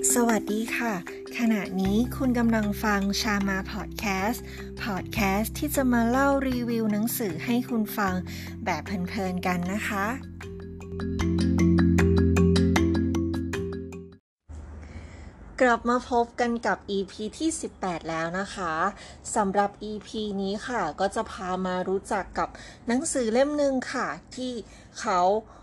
สวัสดีค่ะขณะนี้คุณกำลังฟังชามาพอดแคสต์ที่จะมาเล่ารีวิวหนังสือให้คุณฟังแบบเพลินๆกันนะคะกลับมาพบกันกับ EP ที่18แล้วนะคะสำหรับ EP นี้ค่ะก็จะพามารู้จักกับหนังสือเล่มนึงค่ะที่เขา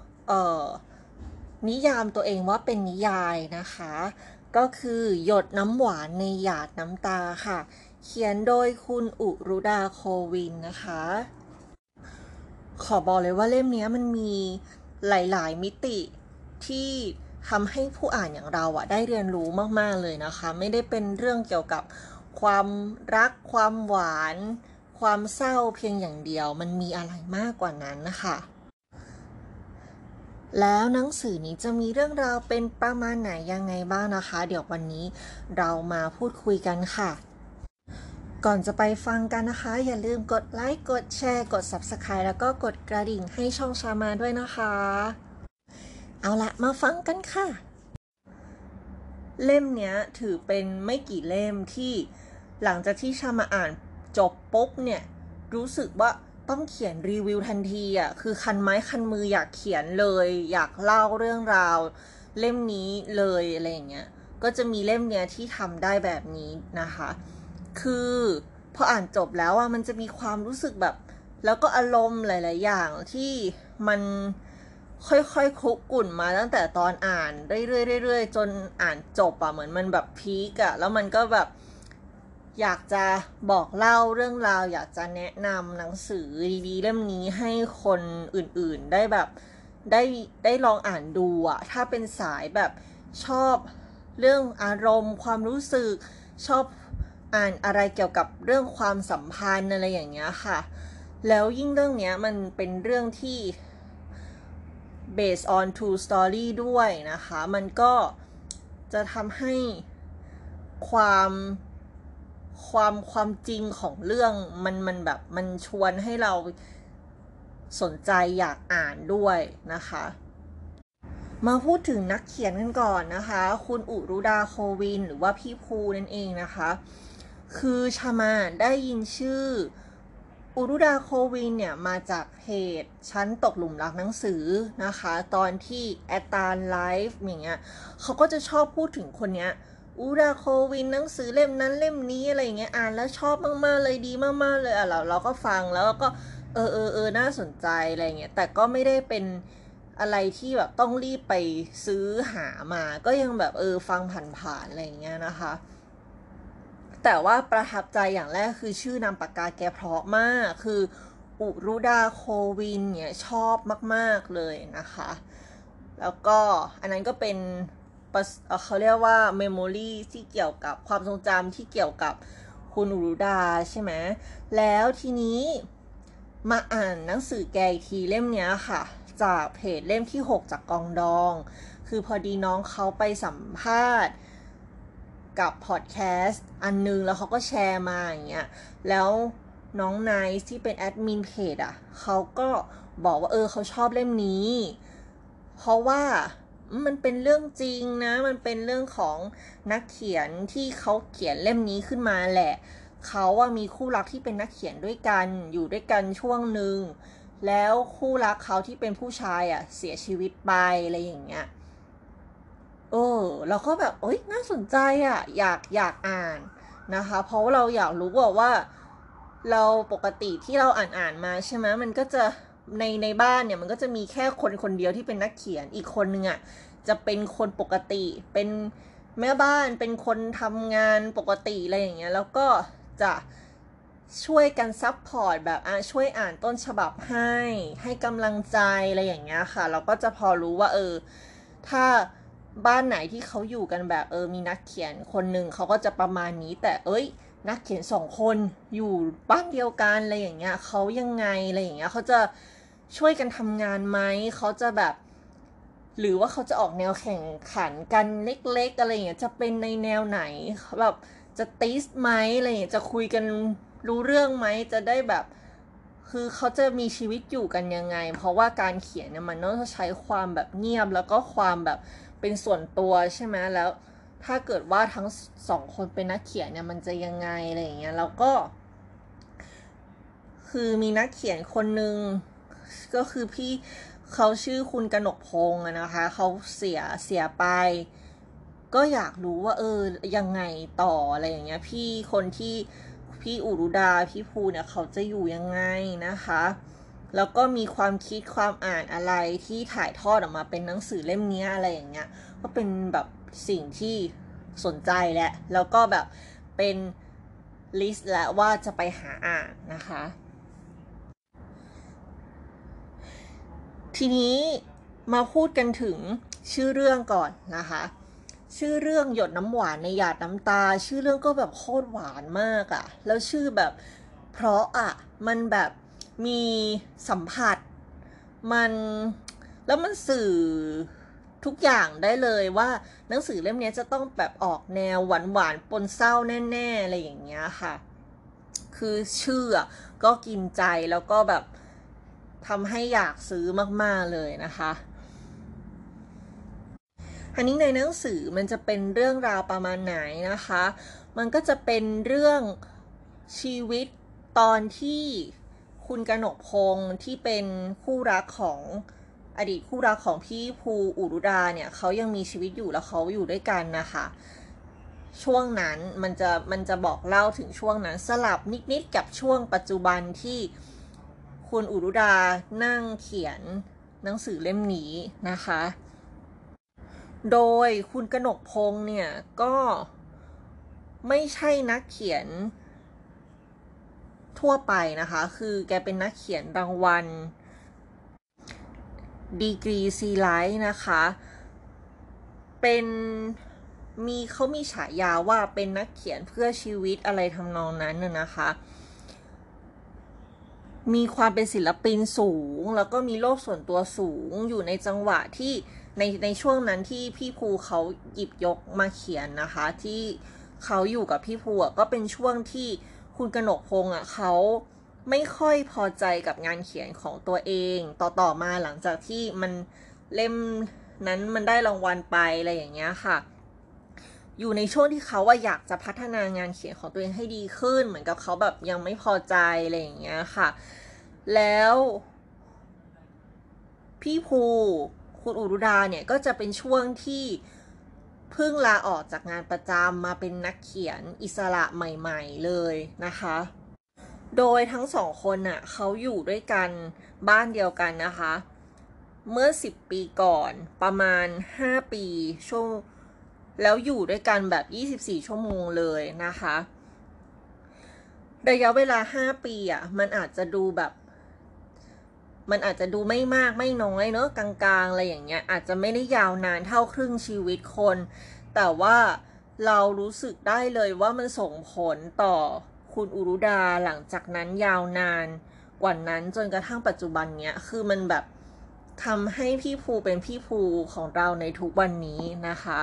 นิยามตัวเองว่าเป็นนิยายนะคะก็คือหยดน้ำหวานในหยาดน้ำตาค่ะเขียนโดยคุณอุรุดาโควินนะคะขอบอกเลยว่าเล่มนี้มันมีหลายๆมิติที่ทำให้ผู้อ่านอย่างเราได้เรียนรู้มากๆเลยนะคะไม่ได้เป็นเรื่องเกี่ยวกับความรักความหวานความเศร้าเพียงอย่างเดียวมันมีอะไรมากกว่านั้นนะคะแล้วหนังสือนี้จะมีเรื่องราวเป็นประมาณไหนยังไงบ้างนะคะเดี๋ยววันนี้เรามาพูดคุยกันค่ะก่อนจะไปฟังกันนะคะอย่าลืมกดไลค์กดแชร์กด Subscribe แล้วก็กดกระดิ่งให้ช่องชามาด้วยนะคะเอาละมาฟังกันค่ะเล่มเนี้ยถือเป็นไม่กี่เล่มที่หลังจากที่ชามาอ่านจบปุ๊บเนี่ยรู้สึกว่าต้องเขียนรีวิวทันทีคือคันไม้คันมืออยากเขียนเลยอยากเล่าเรื่องราวเล่มนี้เลยอะไรอย่างเงี้ยก็จะมีเล่มเนี้ยที่ทำได้แบบนี้นะคะคือพออ่านจบแล้วมันจะมีความรู้สึกแบบแล้วก็อารมณ์หลายๆอย่างที่มันค่อยๆคุกกุ่นมาตั้งแต่ตอนอ่านเรื่อยๆจนอ่านจบเหมือนมันแบบพีคแล้วมันก็แบบอยากจะบอกเล่าเรื่องราวอยากจะแนะนำหนังสือดีๆเล่มนี้ให้คนอื่นๆได้แบบได้ลองอ่านดูถ้าเป็นสายแบบชอบเรื่องอารมณ์ความรู้สึกชอบอ่านอะไรเกี่ยวกับเรื่องความสัมพันธ์อะไรอย่างเงี้ยค่ะแล้วยิ่งเรื่องเนี้ยมันเป็นเรื่องที่ based on true story ด้วยนะคะมันก็จะทำให้ความจริงของเรื่องมันแบบมันชวนให้เราสนใจอยากอ่านด้วยนะคะมาพูดถึงนักเขียนกันก่อนนะคะคุณอุรุดาโควินหรือว่าพี่ภูนั่นเองนะคะคือชามาได้ยินชื่ออุรุดาโควินเนี่ยมาจากเพจฉันตกหลุมรักหนังสือนะคะตอนที่แอตตาไลฟ์อย่างเงี้ยเขาก็จะชอบพูดถึงคนเนี้ยอุรุดาโควินหนังสือเล่มนั้นเล่มนี้อะไรเงี้ยอ่านแล้วชอบมากๆเลยดีมากๆเลยเราก็ฟังแล้วก็น่าสนใจอะไรเงี้ยแต่ก็ไม่ได้เป็นอะไรที่แบบต้องรีบไปซื้อหามาก็ยังแบบฟังผ่านๆอะไรเงี้ยนะคะแต่ว่าประทับใจอย่างแรกคือชื่อนามปากกาแกเพราะมากคืออุรุดาโควินเนี่ยชอบมากๆเลยนะคะแล้วก็อันนั้นก็เป็นเขาเรียกว่าเมมโมรีที่เกี่ยวกับความทรงจำที่เกี่ยวกับคุณอุรุดาใช่ไหมแล้วทีนี้มาอ่านหนังสือแกอีกทีเล่มเนี้ยค่ะจากเพจเล่มที่6จากกองดองคือพอดีน้องเขาไปสัมภาษณ์กับพอดแคสต์อันนึงแล้วเขาก็แชร์มาอย่างเงี้ยแล้วน้องไนซ์ที่เป็นแอดมินเพจเขาก็บอกว่าเขาชอบเล่มนี้เพราะว่ามันเป็นเรื่องจริงนะมันเป็นเรื่องของนักเขียนที่เขาเขียนเล่มนี้ขึ้นมาแหละเขามีคู่รักที่เป็นนักเขียนด้วยกันอยู่ด้วยกันช่วงนึงแล้วคู่รักเขาที่เป็นผู้ชายเสียชีวิตไปอะไรอย่างเงี้ยเราก็แบบน่าสนใจอยากอ่านนะคะเพราะว่าเราอยากรู้ว่าเราปกติที่เราอ่านมาใช่ไหมมันก็จะในบ้านเนี่ยมันก็จะมีแค่คนเดียวที่เป็นนักเขียนอีกคนนึงจะเป็นคนปกติเป็นแม่บ้านเป็นคนทำงานปกติอะไรอย่างเงี้ยแล้วก็จะช่วยกันซัพพอร์ตแบบช่วยอ่านต้นฉบับให้กำลังใจอะไรอย่างเงี้ยค่ะเราก็จะพอรู้ว่าถ้าบ้านไหนที่เขาอยู่กันแบบมีนักเขียนคนหนึ่งเขาก็จะประมาณนี้แต่นักเขียน2คนอยู่บ้านเดียวกันอะไรอย่างเงี้ยเขายังไงอะไรอย่างเงี้ยเขาจะช่วยกันทำงานไหมเขาจะแบบหรือว่าเขาจะออกแนวแข่งขันกันเล็กๆอะไรอย่างเงี้ยจะเป็นในแนวไหนแบบจะติสไหมอะไรอย่างเงี้ยจะคุยกันรู้เรื่องไหมจะได้แบบคือเขาจะมีชีวิตอยู่กันยังไงเพราะว่าการเขียนเนี่ยมันต้องใช้ความแบบเงียบแล้วก็ความแบบเป็นส่วนตัวใช่ไหมแล้วถ้าเกิดว่าทั้งสองคนเป็นนักเขียนเนี่ยมันจะยังไงอะไรอย่างเงี้ยแล้วก็ คือมีนักเขียนคนหนึ่งก็คือพี่เขาชื่อคุณกนกพงศ์นะคะเขาเสียไป ก็อยากรู้ว่ายังไงต่ออะไรอย่างเงี้ยคนที่พี่อุรุดาพี่ภูเนี่ยเขาจะอยู่ยังไงนะคะ แล้วก็มีความคิดความอ่านอะไรที่ถ่ายทอดออกมาเป็นหนังสือเล่มนี้อะไรอย่างเงี้ยก็เป็นแบบสิ่งที่สนใจแหละแล้วก็แบบเป็นลิสต์แล้วว่าจะไปหาอ่านนะคะ ทีนี้มาพูดกันถึงชื่อเรื่องก่อนนะคะชื่อเรื่องหยดน้ำหวานในหยาดน้ำตาชื่อเรื่องก็แบบโคตรหวานมากอะแล้วชื่อแบบเพราะอะมันแบบมีสัมผัสมันแล้วมันสื่อทุกอย่างได้เลยว่าหนังสือเล่มนี้จะต้องแบบออกแนวหวานๆปนเศร้าแน่ๆอะไรอย่างเงี้ยค่ะคือชื่อก็กินใจแล้วก็แบบทำให้อยากซื้อมากๆเลยนะคะอันนี้ในหนังสือมันจะเป็นเรื่องราวประมาณไหนนะคะมันก็จะเป็นเรื่องชีวิตตอนที่คุณกนกพงศ์ที่เป็นคู่รักของอดีตคู่รักของพี่ภูอุรุดาเนี่ยเขายังมีชีวิตอยู่แล้วเขาอยู่ด้วยกันนะคะช่วงนั้นมันจะบอกเล่าถึงช่วงนั้นสลับนิดๆกับช่วงปัจจุบันที่คุณอุรุดานั่งเขียนหนังสือเล่มนี้นะคะโดยคุณกนกพงศ์เนี่ยก็ไม่ใช่นักเขียนทั่วไปนะคะคือแกเป็นนักเขียนรางวัลดีกรีซีไลท์นะคะเป็นเขามีฉายาว่าเป็นนักเขียนเพื่อชีวิตอะไรทำนองนั้นนะคะมีความเป็นศิลปินสูงแล้วก็มีโลกส่วนตัวสูงอยู่ในจังหวะที่ในช่วงนั้นที่พี่ภูเขาหยิบยกมาเขียนนะคะที่เขาอยู่กับพี่ภูก็เป็นช่วงที่คุณกนกพงศ์เขาไม่ค่อยพอใจกับงานเขียนของตัวเองต่อมาหลังจากที่มันเล่มนั้นมันได้รางวัลไปอะไรอย่างเงี้ยค่ะอยู่ในช่วงที่เขาอยากจะพัฒนางานเขียนของตัวเองให้ดีขึ้นเหมือนกับเขาแบบยังไม่พอใจอะไรอย่างเงี้ยค่ะแล้วพี่ภูคุณอุรุดาเนี่ยก็จะเป็นช่วงที่เพิ่งลาออกจากงานประจำมาเป็นนักเขียนอิสระใหม่ๆเลยนะคะโดยทั้งสองคนเขาอยู่ด้วยกันบ้านเดียวกันนะคะเมื่อ10 ปีก่อนประมาณ5 ปีช่วงแล้วอยู่ด้วยกันแบบ24 ชั่วโมงเลยนะคะระยะเวลา5 ปีมันอาจจะดูแบบมันอาจจะดูไม่มากไม่น้อยเนอะกลางๆอะไรอย่างเงี้ยอาจจะไม่ได้ยาวนานเท่าครึ่งชีวิตคนแต่ว่าเรารู้สึกได้เลยว่ามันส่งผลต่อคุณอุรุดาหลังจากนั้นยาวนานกว่านั้นจนกระทั่งปัจจุบันเนี้ยคือมันแบบทำให้พี่ภูเป็นพี่ภูของเราในทุกวันนี้นะคะ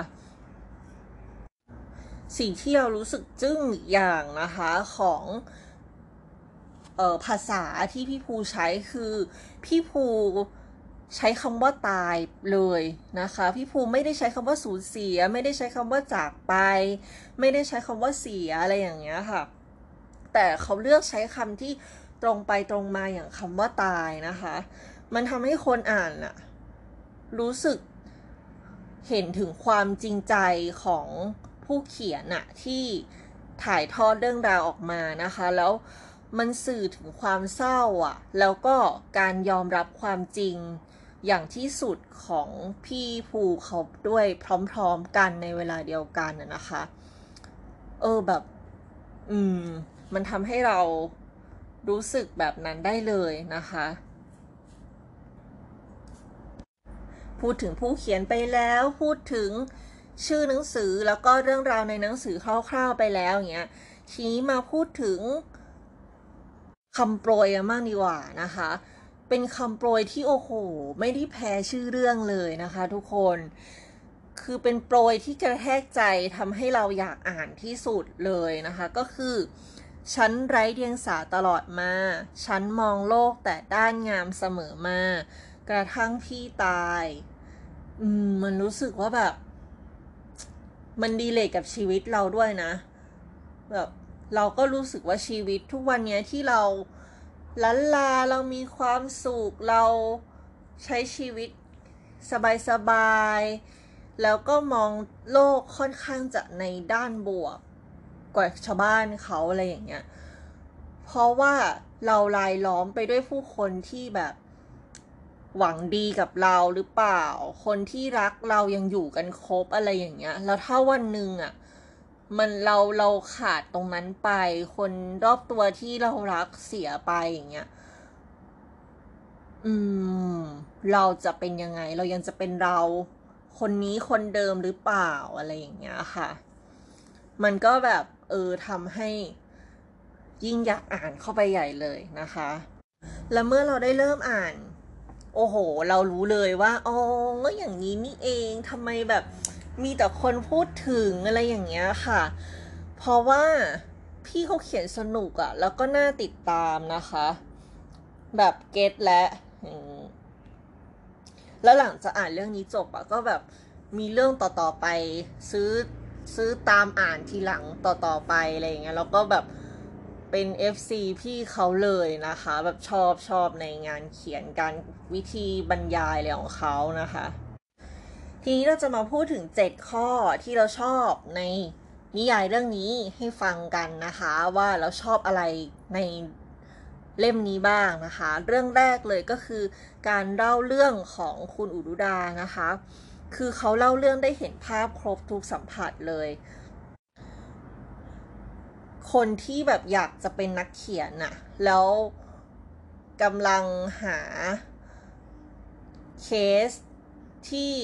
สิ่งที่เรารู้สึกจึ้งอย่างนะคะของภาษาที่พี่ภูใช้คือพี่ภูใช้คำว่าตายเลยนะคะพี่ภูไม่ได้ใช้คำว่าสูญเสียไม่ได้ใช้คำว่าจากไปไม่ได้ใช้คำว่าเสียอะไรอย่างเงี้ยค่ะแต่เขาเลือกใช้คำที่ตรงไปตรงมาอย่างคำว่าตายนะคะมันทำให้คนอ่านรู้สึกเห็นถึงความจริงใจของผู้เขียนที่ถ่ายทอดเรื่องราวออกมานะคะแล้วมันสื่อถึงความเศร้าแล้วก็การยอมรับความจริงอย่างที่สุดของพี่ภูเขาด้วยพร้อมๆกันในเวลาเดียวกันนะคะแบบมันทำให้เรารู้สึกแบบนั้นได้เลยนะคะพูดถึงผู้เขียนไปแล้วพูดถึงชื่อหนังสือแล้วก็เรื่องราวในหนังสือคร่าวๆไปแล้วอย่างเงี้ยทีนี้มาพูดถึงคำโปรยมากดีกว่านะคะเป็นคำโปรยที่โอ้โหไม่ได้แพ้ชื่อเรื่องเลยนะคะทุกคนคือเป็นโปรยที่กระแทกใจทำให้เราอยากอ่านที่สุดเลยนะคะก็คือฉันไร้เดียงสาตลอดมาฉันมองโลกแต่ด้านงามเสมอมากระทั่งพี่ตายมันรู้สึกว่าแบบมันดีเลทกับชีวิตเราด้วยนะแบบเราก็รู้สึกว่าชีวิตทุกวันนี้ที่เราลันลาเรามีความสุขเราใช้ชีวิตสบายๆแล้วก็มองโลกค่อนข้างจะในด้านบวกกว่าชาวบ้านเขาอะไรอย่างเงี้ยเพราะว่าเรารายล้อมไปด้วยผู้คนที่แบบหวังดีกับเราหรือเปล่าคนที่รักเรายังอยู่กันครบอะไรอย่างเงี้ยแล้วถ้าวันหนึ่งมันเราขาดตรงนั้นไปคนรอบตัวที่เรารักเสียไปอย่างเงี้ยเราจะเป็นยังไงเรายังจะเป็นเราคนนี้คนเดิมหรือเปล่าอะไรอย่างเงี้ยค่ะมันก็แบบทำให้ยิ่งอยากอ่านเข้าไปใหญ่เลยนะคะแล้วเมื่อเราได้เริ่มอ่านโอ้โหเรารู้เลยว่าอ๋อก็อย่างนี้นี่เองทำไมแบบมีแต่คนพูดถึงอะไรอย่างเงี้ยค่ะเพราะว่าพี่เขาเขียนสนุกแล้วก็น่าติดตามนะคะแบบเก็ตและแล้วหลังจากอ่านเรื่องนี้จบก็แบบมีเรื่องต่อๆไปซื้อตามอ่านทีหลังต่อๆไปอะไรอย่างเงี้ยแล้วก็แบบเป็น FC พี่เขาเลยนะคะแบบชอบในงานเขียนการวิธีบรรยายอะไรของเขานะคะทีนี้เราจะมาพูดถึง7ข้อที่เราชอบในนิยายเรื่องนี้ให้ฟังกันนะคะว่าเราชอบอะไรในเล่มนี้บ้างนะคะเรื่องแรกเลยก็คือการเล่าเรื่องของคุณอุรุดานะคะคือเขาเล่าเรื่องได้เห็นภาพครบทุกสัมผัสเลยคนที่แบบอยากจะเป็นนักเขียนแล้วกำลังหาเคสที่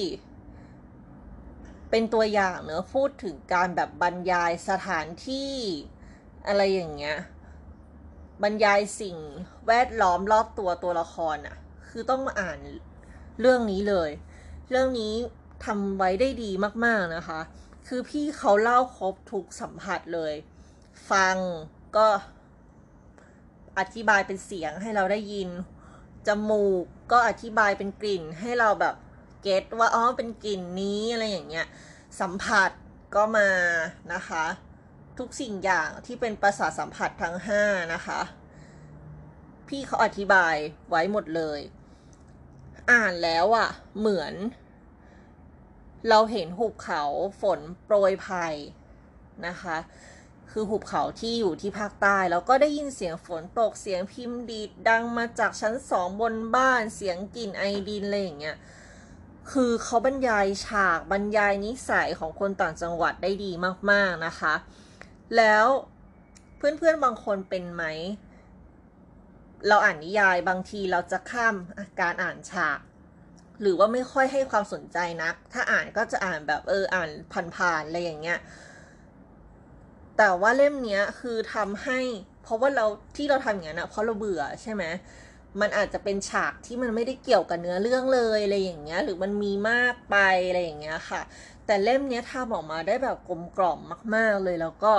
เป็นตัวอย่างเนอะพูดถึงการแบบบรรยายสถานที่อะไรอย่างเงี้ยบรรยายสิ่งแวดล้อมรอบตัวละครคือต้องมาอ่านเรื่องนี้เลยเรื่องนี้ทำไว้ได้ดีมากๆนะคะคือพี่เขาเล่าครบทุกสัมผัสเลยฟังก็อธิบายเป็นเสียงให้เราได้ยินจมูกก็อธิบายเป็นกลิ่นให้เราแบบเก็ตว่าอ๋อเป็นกลิ่นนี้อะไรอย่างเงี้ยสัมผัสก็มานะคะทุกสิ่งอย่างที่เป็นประสาทสัมผัสทั้ง5นะคะพี่เขาอธิบายไว้หมดเลยอ่านแล้วเหมือนเราเห็นหุบเขาฝนโปรยภัยนะคะคือหุบเขาที่อยู่ที่ภาคใต้แล้วก็ได้ยินเสียงฝนตกเสียงพิมพ์ดีดดังมาจากชั้น2บนบ้านเสียงกลิ่นไอดินอะไรอย่างเงี้ยคือเขาบรรยายฉากบรรยายนิสัยของคนต่างจังหวัดได้ดีมากๆนะคะแล้วเพื่อนๆบางคนเป็นไหมเราอ่านนิยายบางทีเราจะข้ามการอ่านฉากหรือว่าไม่ค่อยให้ความสนใจนักถ้าอ่านก็จะอ่านแบบอ่านผ่านๆอะไรอย่างเงี้ยแต่ว่าเล่มนี้คือทำให้เพราะว่าเราที่เราทำอย่างนั้นเพราะเราเบื่อใช่ไหมมันอาจจะเป็นฉากที่มันไม่ได้เกี่ยวกับเนื้อเรื่องเลยอะไรอย่างเงี้ยหรือมันมีมากไปอะไรอย่างเงี้ยค่ะแต่เล่มนี้ทำออกมาได้แบบกลมกล่อมมากๆเลยแล้วก็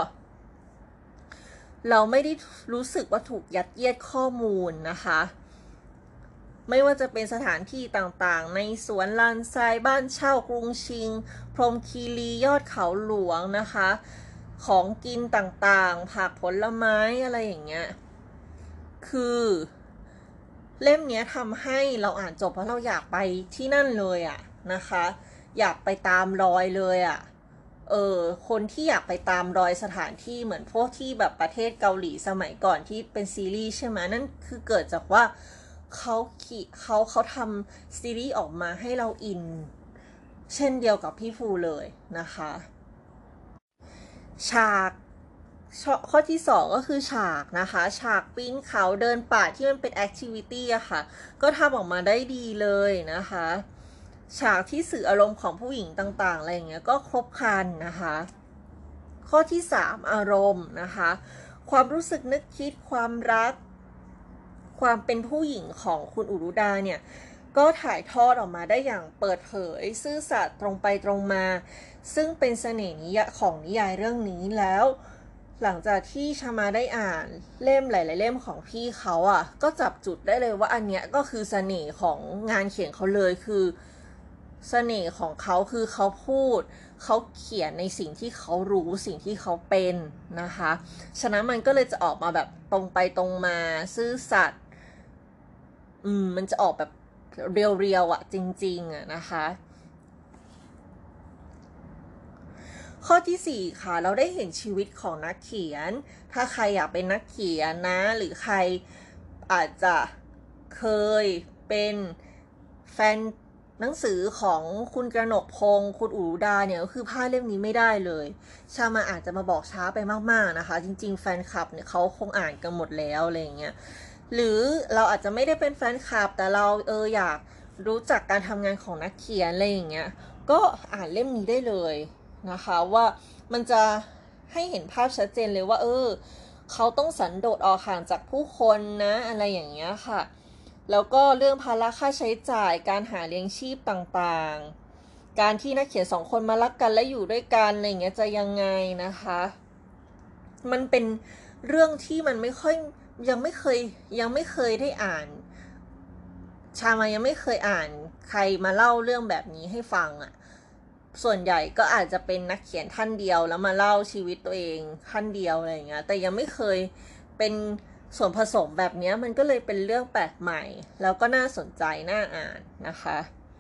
เราไม่ได้รู้สึกว่าถูกยัดเยียดข้อมูลนะคะไม่ว่าจะเป็นสถานที่ต่างๆในสวนลานทรายบ้านเช่ากรุงชิงพรหมคีรียอดเขาหลวงนะคะของกินต่างๆผักผลไม้อะไรอย่างเงี้ยคือเล่มนี้ทำให้เราอ่านจบเพราะเราอยากไปที่นั่นเลยนะคะอยากไปตามรอยเลยคนที่อยากไปตามรอยสถานที่เหมือนพวกที่แบบประเทศเกาหลีสมัยก่อนที่เป็นซีรีส์ใช่ไหมนั่นคือเกิดจากว่าเขาทำซีรีส์ออกมาให้เราอินเช่นเดียวกับพี่ฟูเลยนะคะฉากข้อที่2ก็คือฉากนะคะฉากปีนเขาเดินป่าที่มันเป็นแอคทิวิตี้ค่ะก็ทำออกมาได้ดีเลยนะคะฉากที่สื่ออารมณ์ของผู้หญิงต่างๆอะไรอย่างเงี้ยก็ครบครันนะคะข้อที่3อารมณ์นะคะความรู้สึกนึกคิดความรักความเป็นผู้หญิงของคุณอุรุดาเนี่ยก็ถ่ายทอดออกมาได้อย่างเปิดเผยซื่อสัตย์ตรงไปตรงมาซึ่งเป็นเสน่ห์ของนิยายเรื่องนี้แล้วหลังจากที่ชามาได้อ่านเล่มหลายๆเล่มของพี่เขาก็จับจุดได้เลยว่าอันเนี้ยก็คือเสน่ห์ของงานเขียนเขาเลยคือเสน่ห์ของเขาคือเขาพูดเขาเขียนในสิ่งที่เขารู้สิ่งที่เขาเป็นนะคะฉะนั้นมันก็เลยจะออกมาแบบตรงไปตรงมาซื่อสัตย์มันจะออกแบบเรียวๆจริงๆนะคะ ข้อที่4ค่ะเราได้เห็นชีวิตของนักเขียนถ้าใครอยากเป็นนักเขียนนะหรือใครอาจจะเคยเป็นแฟนหนังสือของคุณกนกพงศ์คุณอูรุดาเนี่ยก็คือพลาดเล่มนี้ไม่ได้เลยชามาอาจจะมาบอกช้าไปมากๆนะคะจริงๆแฟนคลับเนี่ยเขาคงอ่านกันหมดแล้วอะไรเงี้ยหรือเราอาจจะไม่ได้เป็นแฟนคลับแต่เราอยากรู้จักการทำงานของนักเขียนอะไรอย่างเงี้ยก็อ่านเล่มนี้ได้เลยนะคะว่ามันจะให้เห็นภาพชัดเจนเลยว่าเขาต้องสันโดษออกห่างจากผู้คนนะอะไรอย่างเงี้ยค่ะแล้วก็เรื่องภาระค่าใช้จ่ายการหาเลี้ยงชีพต่างๆการที่นักเขียน2 คนมารักกันและอยู่ด้วยกันอะไรอย่างเงี้ยจะยังไงนะคะมันเป็นเรื่องที่มันไม่ค่อยยังไม่เคยได้อ่านชามายังไม่เคยอ่านใครมาเล่าเรื่องแบบนี้ให้ฟังส่วนใหญ่ก็อาจจะเป็นนักเขียนท่านเดียวแล้วมาเล่าชีวิตตัวเองท่านเดียวอะไรอย่างเงี้ยแต่ยังไม่เคยเป็นส่วนผสมแบบนี้มันก็เลยเป็นเรื่องแปลกใหม่แล้วก็น่าสนใจน่าอ่านนะคะ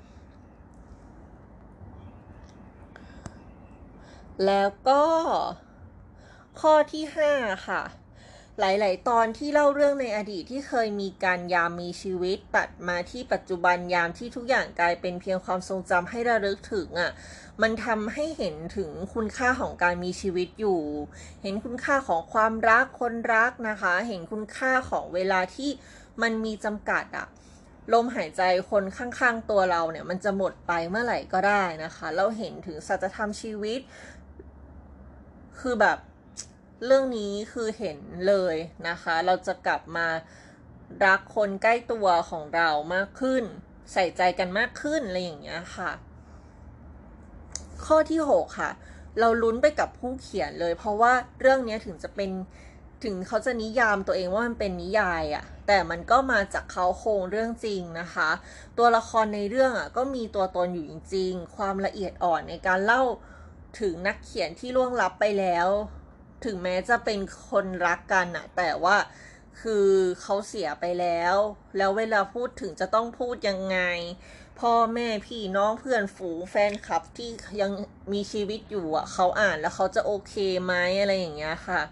แล้วก็ข้อที่5ค่ะหลายๆตอนที่เล่าเรื่องในอดีตที่เคยมีการยามมีชีวิตตัดมาที่ปัจจุบันยามที่ทุกอย่างกลายเป็นเพียงความทรงจำให้ระลึกถึงมันทำให้เห็นถึงคุณค่าของการมีชีวิตอยู่เห็นคุณค่าของความรักคนรักนะคะเห็นคุณค่าของเวลาที่มันมีจำกัดลมหายใจคนข้างๆตัวเราเนี่ยมันจะหมดไปเมื่อไหร่ก็ได้นะคะเราเห็นถึงสัจธรรมชีวิตคือแบบเรื่องนี้คือเห็นเลยนะคะเราจะกลับมารักคนใกล้ตัวของเรามากขึ้นใส่ใจกันมากขึ้นอะไรอย่างเงี้ยค่ะข้อที่6ค่ะเราลุ้นไปกับผู้เขียนเลยเพราะว่าเรื่องนี้ถึงเขาจะนิยามตัวเองว่ามันเป็นนิยายแต่มันก็มาจากเขาโครงเรื่องจริงนะคะตัวละครในเรื่องก็มีตัวตนอยู่จริงๆความละเอียดอ่อนในการเล่าถึงนักเขียนที่ล่วงลับไปแล้วถึงแม้จะเป็นคนรักกันแต่ว่าคือเขาเสียไปแล้วเวลาพูดถึงจะต้องพูดยังไงพ่อแม่พี่น้องเพื่อนฝูงแฟนคลับที่ยังมีชีวิตอยู่เขาอ่านแล้วเขาจะโอเคไหมอะไรอย่างเงี้ยค่ะ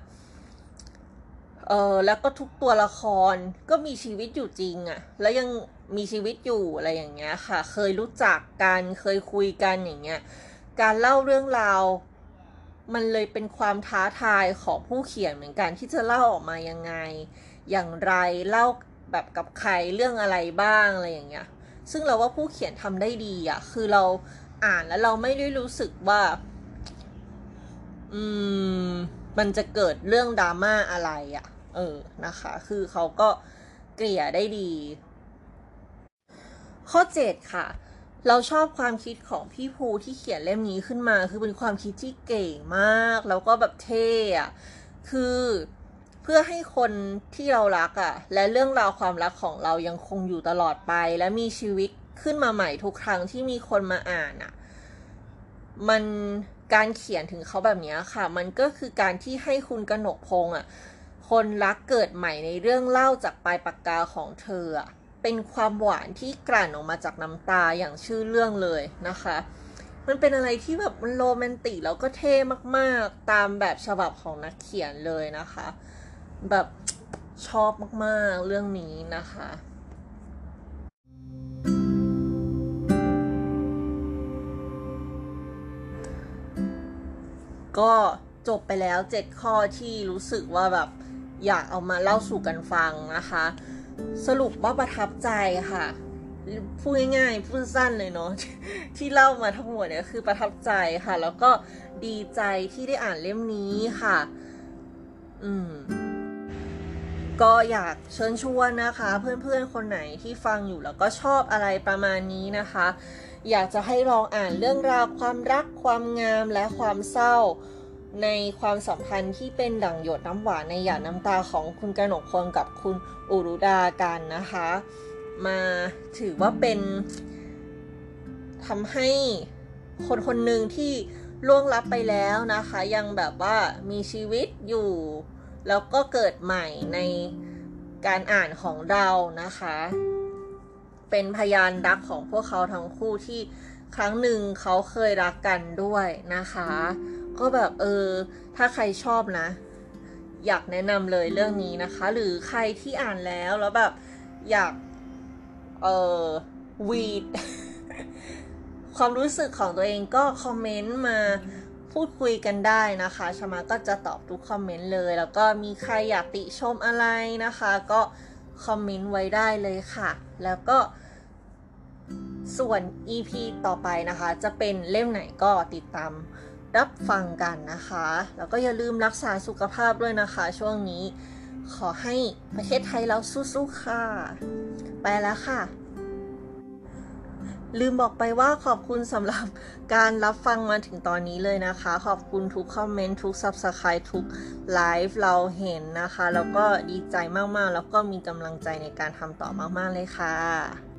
แล้วก็ทุกตัวละครก็มีชีวิตอยู่จริงแล้วยังมีชีวิตอยู่อะไรอย่างเงี้ยค่ะเคยรู้จักกันเคยคุยกันอย่างเงี้ยการเล่าเรื่องราวมันเลยเป็นความท้าทายของผู้เขียนเหมือนกันที่จะเล่าออกมายังไงอย่างไรเล่าแบบกับใครเรื่องอะไรบ้างอะไรอย่างเงี้ยซึ่งเราว่าผู้เขียนทำได้ดีคือเราอ่านแล้วเราไม่ได้รู้สึกว่ามันจะเกิดเรื่องดราม่าอะไรนะคะคือเขาก็เกลี่ยได้ดีข้อ7ค่ะเราชอบความคิดของพี่ภูที่เขียนเล่มนี้ขึ้นมาคือเป็นความคิดที่เก่งมากแล้วก็แบบเท่คือเพื่อให้คนที่เรารักและเรื่องราวความรักของเรายังคงอยู่ตลอดไปและมีชีวิตขึ้นมาใหม่ทุกครั้งที่มีคนมาอ่านมันการเขียนถึงเขาแบบนี้ค่ะมันก็คือการที่ให้คุณกนกพงศ์คนรักเกิดใหม่ในเรื่องเล่าจากปลายปากกาของเธอเป็นความหวานที่กลั่นออกมาจากน้ำตาอย่างชื่อเรื่องเลยนะคะมันเป็นอะไรที่แบบมันโรแมนติกแล้วก็เท่มากๆตามแบบฉบับของนักเขียนเลยนะคะแบบชอบมากๆเรื่องนี้นะคะก็จบไปแล้ว7ข้อที่รู้สึกว่าแบบอยากเอามาเล่าสู่กันฟังนะคะสรุปว่าประทับใจค่ะพูดง่ายๆพูดสั้นเลยเนาะที่เล่ามาทั้งหมดเนี่ยคือประทับใจค่ะแล้วก็ดีใจที่ได้อ่านเล่มนี้ค่ะก็อยากเชิญชวนนะคะเพื่อนๆคนไหนที่ฟังอยู่แล้วก็ชอบอะไรประมาณนี้นะคะอยากจะให้ลองอ่านเรื่องราวความรักความงามและความเศร้าในความสัมพันธ์ที่เป็นดั่งหยดน้ำหวานในหยาดน้ำตาของคุณกนกพงศ์กับคุณอุรุดากันนะคะมาถือว่าเป็นทำให้คนคนหนึ่งที่ล่วงลับไปแล้วนะคะยังแบบว่ามีชีวิตอยู่แล้วก็เกิดใหม่ในการอ่านของเรานะคะเป็นพยานรักของพวกเขาทั้งคู่ที่ครั้งหนึ่งเขาเคยรักกันด้วยนะคะก็แบบถ้าใครชอบนะอยากแนะนำเลยเรื่องนี้นะคะหรือใครที่อ่านแล้วแบบอยากวีด ความรู้สึกของตัวเองก็คอมเมนต์มาพูดคุยกันได้นะคะชมาก็จะตอบทุกคอมเมนต์เลยแล้วก็มีใครอยากติชมอะไรนะคะก็คอมเมนต์ไว้ได้เลยค่ะแล้วก็ส่วน EP ต่อไปนะคะจะเป็นเล่มไหนก็ติดตามรับฟังกันนะคะแล้วก็อย่าลืมรักษาสุขภาพด้วยนะคะช่วงนี้ขอให้ประเทศไทยเราสู้ๆค่ะไปแล้วค่ะลืมบอกไปว่าขอบคุณสำหรับการรับฟังมาถึงตอนนี้เลยนะคะขอบคุณทุกคอมเมนต์ทุก Subscribe ทุกไลฟ์เราเห็นนะคะแล้วก็ดีใจมากๆแล้วก็มีกำลังใจในการทำต่อมากๆเลยค่ะ